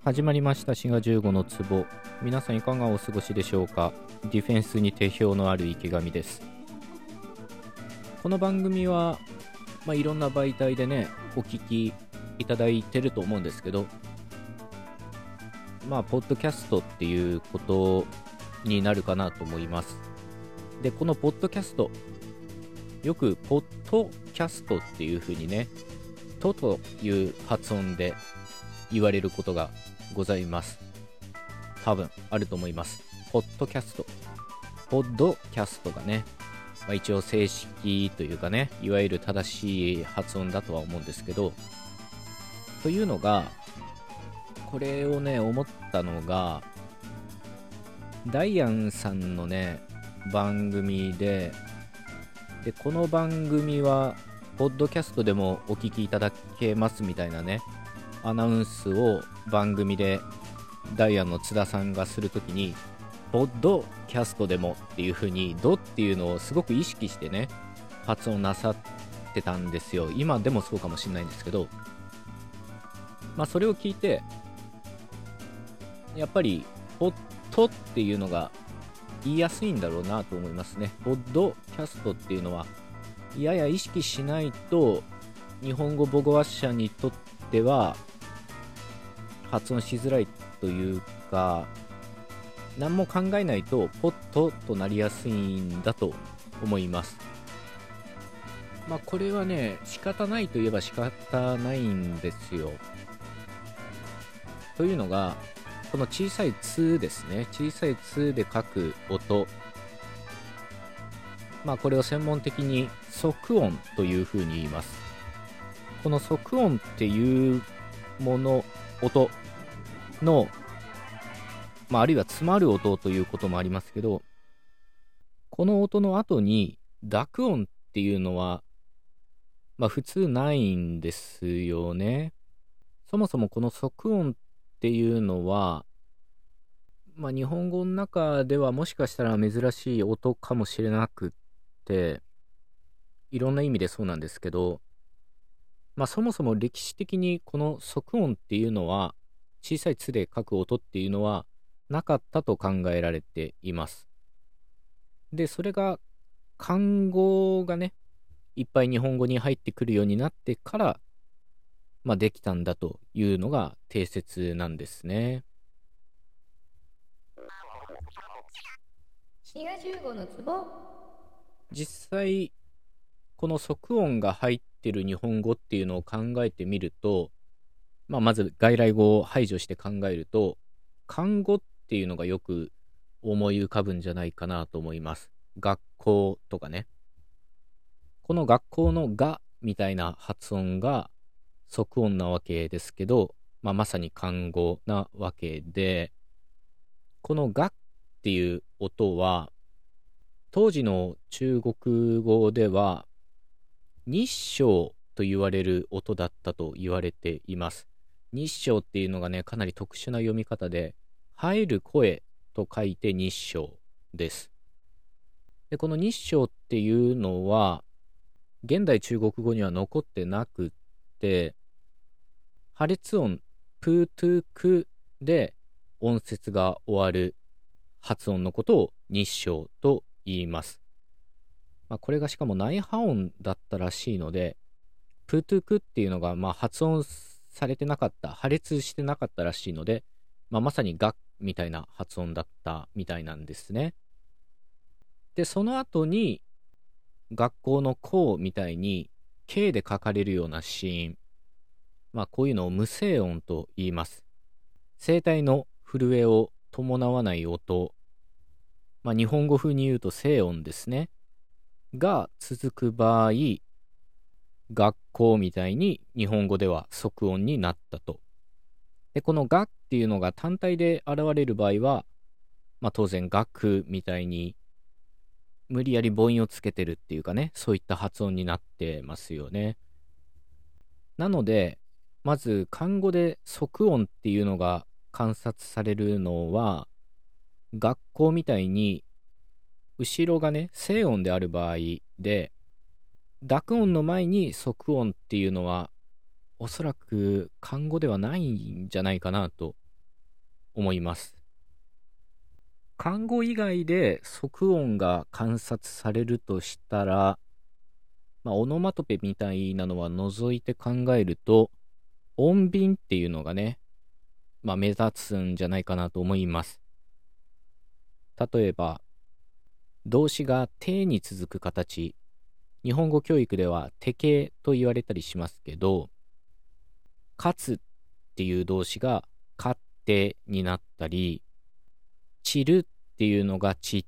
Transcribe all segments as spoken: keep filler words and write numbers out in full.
始まりました滋賀じゅうごの壺。皆さんいかがお過ごしでしょうか。ディフェンスに定評のある池上です。この番組は、まあ、いろんな媒体でねお聞きいただいてると思うんですけど、まあポッドキャストっていうことになるかなと思います。でこのポッドキャスト、よくポッドキャストっていう風にね、とという発音で言われることがございます。多分あると思います。ポッドキャスト、ポッドキャストがね、まあ、一応正式というかね、いわゆる正しい発音だとは思うんですけど、というのが、これをね思ったのが、ダイアンさんのね番組で、でこの番組はポッドキャストでもお聞きいただけますみたいなねアナウンスを番組でダイアンの津田さんがするときに、ポッドキャストでもっていう風にドっていうのをすごく意識してね発音なさってたんですよ。今でもそうかもしれないんですけど、まあそれを聞いてやっぱりポッドっていうのが言いやすいんだろうなと思いますね。ポッドキャストっていうのはやや意識しないと日本語母語話者にとっては発音しづらいというか、何も考えないとポッドとなりやすいんだと思います。まあこれはね仕方ないといえば仕方ないんですよ。というのが、この小さいつですね、小さいつで書く音、まあこれを専門的に促音というふうに言います。この促音っていうもの、音の、まああるいは詰まる音ということもありますけど、この音の後に濁音っていうのはまあ普通ないんですよね。そもそもこの促音っていうのは、まあ日本語の中ではもしかしたら珍しい音かもしれなくって、いろんな意味でそうなんですけど、まあそもそも歴史的にこの促音っていうのは、小さいつで書く音っていうのはなかったと考えられています。で、それが漢語がね、いっぱい日本語に入ってくるようになってから、まあできたんだというのが定説なんですね。 滋賀じゅうごの壺。 実際この促音が入ってる日本語っていうのを考えてみると、まあ、まず外来語を排除して考えると、漢語っていうのがよく思い浮かぶんじゃないかなと思います。学校とかね。この学校のがみたいな発音が促音なわけですけど、まあ、まさに漢語なわけで、このがっていう音は当時の中国語では日照と言われる音だったと言われています。日照っていうのがねかなり特殊な読み方で、入る声と書いて日照です。でこの日照っていうのは現代中国語には残ってなくって、破裂音プートゥークで音節が終わる発音のことを日照と言います。まあ、これがしかも内破音だったらしいので、プートゥークっていうのがまあ発音されてなかった、破裂してなかったらしいので、まあ、まさにガみたいな発音だったみたいなんですね。でその後に学校の校みたいに K で書かれるような子音、まあこういうのを無声音と言います。声帯の震えを伴わない音、まあ日本語風に言うと声音ですねが続く場合、学校みたいに日本語では促音になったと。でこのがっていうのが単体で現れる場合は、まあ当然学みたいに無理やり母音をつけてるっていうかね、そういった発音になってますよね。なのでまず漢語で促音っていうのが観察されるのは、学校みたいに後ろがね声音である場合で、濁音の前に促音っていうのはおそらく漢語ではないんじゃないかなと思います。漢語以外で即音が観察されるとしたら、まあ、オノマトペみたいなのは除いて考えると、音便っていうのがね、まあ、目立つんじゃないかなと思います。例えば、動詞がてに続く形、日本語教育ではて形と言われたりしますけど、勝つっていう動詞が勝ってになったり、散るっていうのが散って、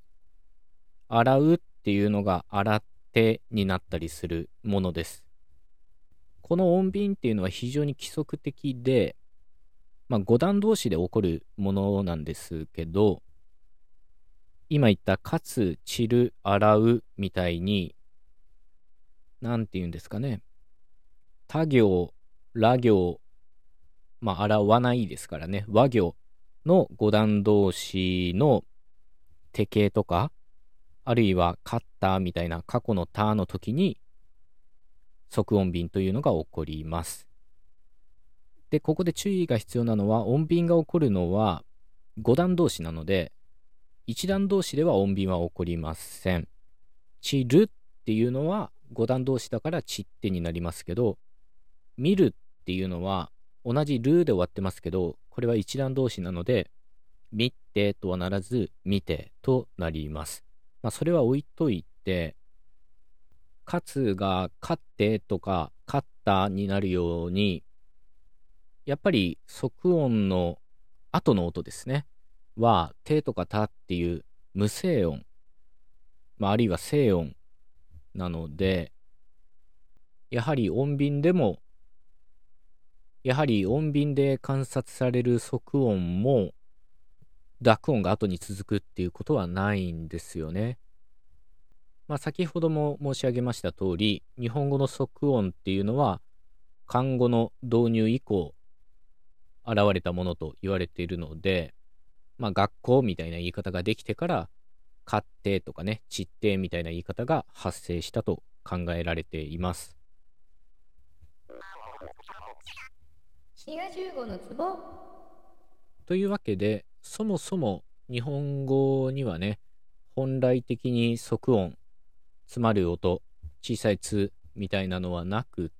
洗うっていうのが洗ってになったりするものです。この音便っていうのは非常に規則的で、まあ、語段同士で起こるものなんですけど、今言った勝つ、散る、洗うみたいに、なんて言うんですかね。他行、ら行、まあ、洗わないですからね。和行の語段同士の手形とか、あるいは勝ったみたいな過去の他の時に、即音便というのが起こります。で、ここで注意が必要なのは、音便が起こるのは語段同士なので、一段同士では音便は起こりません。散るっていうのは語段同士だから散ってになりますけど、見るっていうのは同じるで終わってますけど、これは一段同士なので、見てとはならず、見てとなります。まあ、それは置いといて、勝つが勝ってとか勝ったになるように、やっぱり即音の後の音ですね。は、てとかたっていう無声音、まあ、あるいは声音なので、やはり音便でも、やはり音便で観察される即音も、濁音が後に続くっていうことはないんですよね。まあ、先ほども申し上げました通り、日本語の即音っていうのは、漢語の導入以降、現れたものと言われているので、まあ、学校みたいな言い方ができてから、勝手とかね、散ってみたいな言い方が発生したと考えられています。 滋賀じゅうごのツボというわけで、そもそも日本語にはね、本来的に即音、詰まる音、小さいつみたいなのはなくって、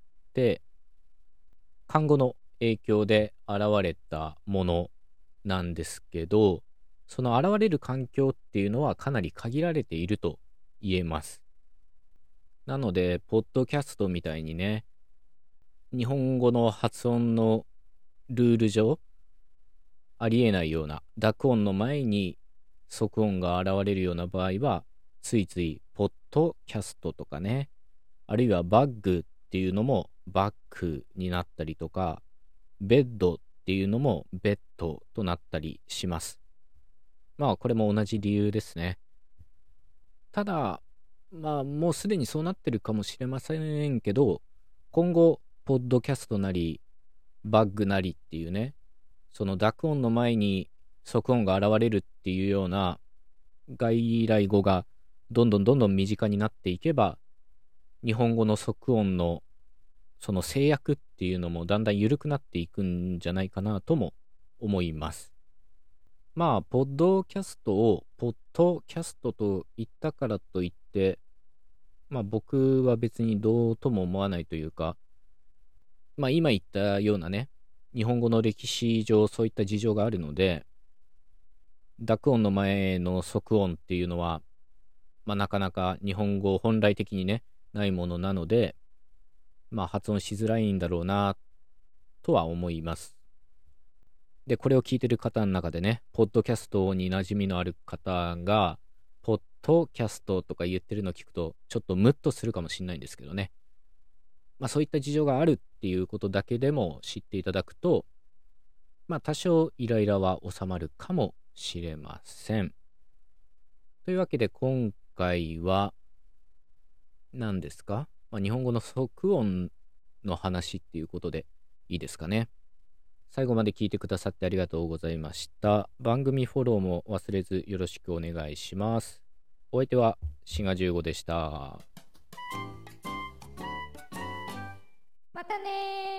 漢語の影響で現れたものなんですけど、その現れる環境っていうのはかなり限られていると言えます。なので、ポッドキャストみたいにね、日本語の発音のルール上、ありえないような、濁音の前に即音が現れるような場合は、ついつい、ポッドキャストとかね、あるいはバッグっていうのもバックになったりとか、ベッドっていうのもベッドとなったりします。まあ、これも同じ理由ですね。ただ、まあ、もうすでにそうなってるかもしれませんけど、今後、ポッドキャストなり、バッグなりっていうね、その濁音の前に即音が現れるっていうような外来語がどんどんどんどん身近になっていけば、日本語の即音のその制約っていうのもだんだん緩くなっていくんじゃないかなとも思います。まあ、ポッドキャストをポッドキャストと言ったからといって、まあ僕は別にどうとも思わないというか、まあ今言ったようなね、日本語の歴史上そういった事情があるので、濁音の前の即音っていうのは、まあなかなか日本語本来的にね、ないものなので、まあ発音しづらいんだろうな、とは思います。で、これを聞いてる方の中でね、ポッドキャストに馴染みのある方が、ポッドキャストとか言ってるのを聞くと、ちょっとムッとするかもしれないんですけどね。まあそういった事情があるっていうことだけでも知っていただくと、まあ多少イライラは収まるかもしれません。というわけで今回は、何ですか、まあ、日本語の即音の話っていうことでいいですかね。最後まで聞いてくださってありがとうございました。番組フォローも忘れずよろしくお願いします。お相手は滋賀じゅうごでした。 またねー。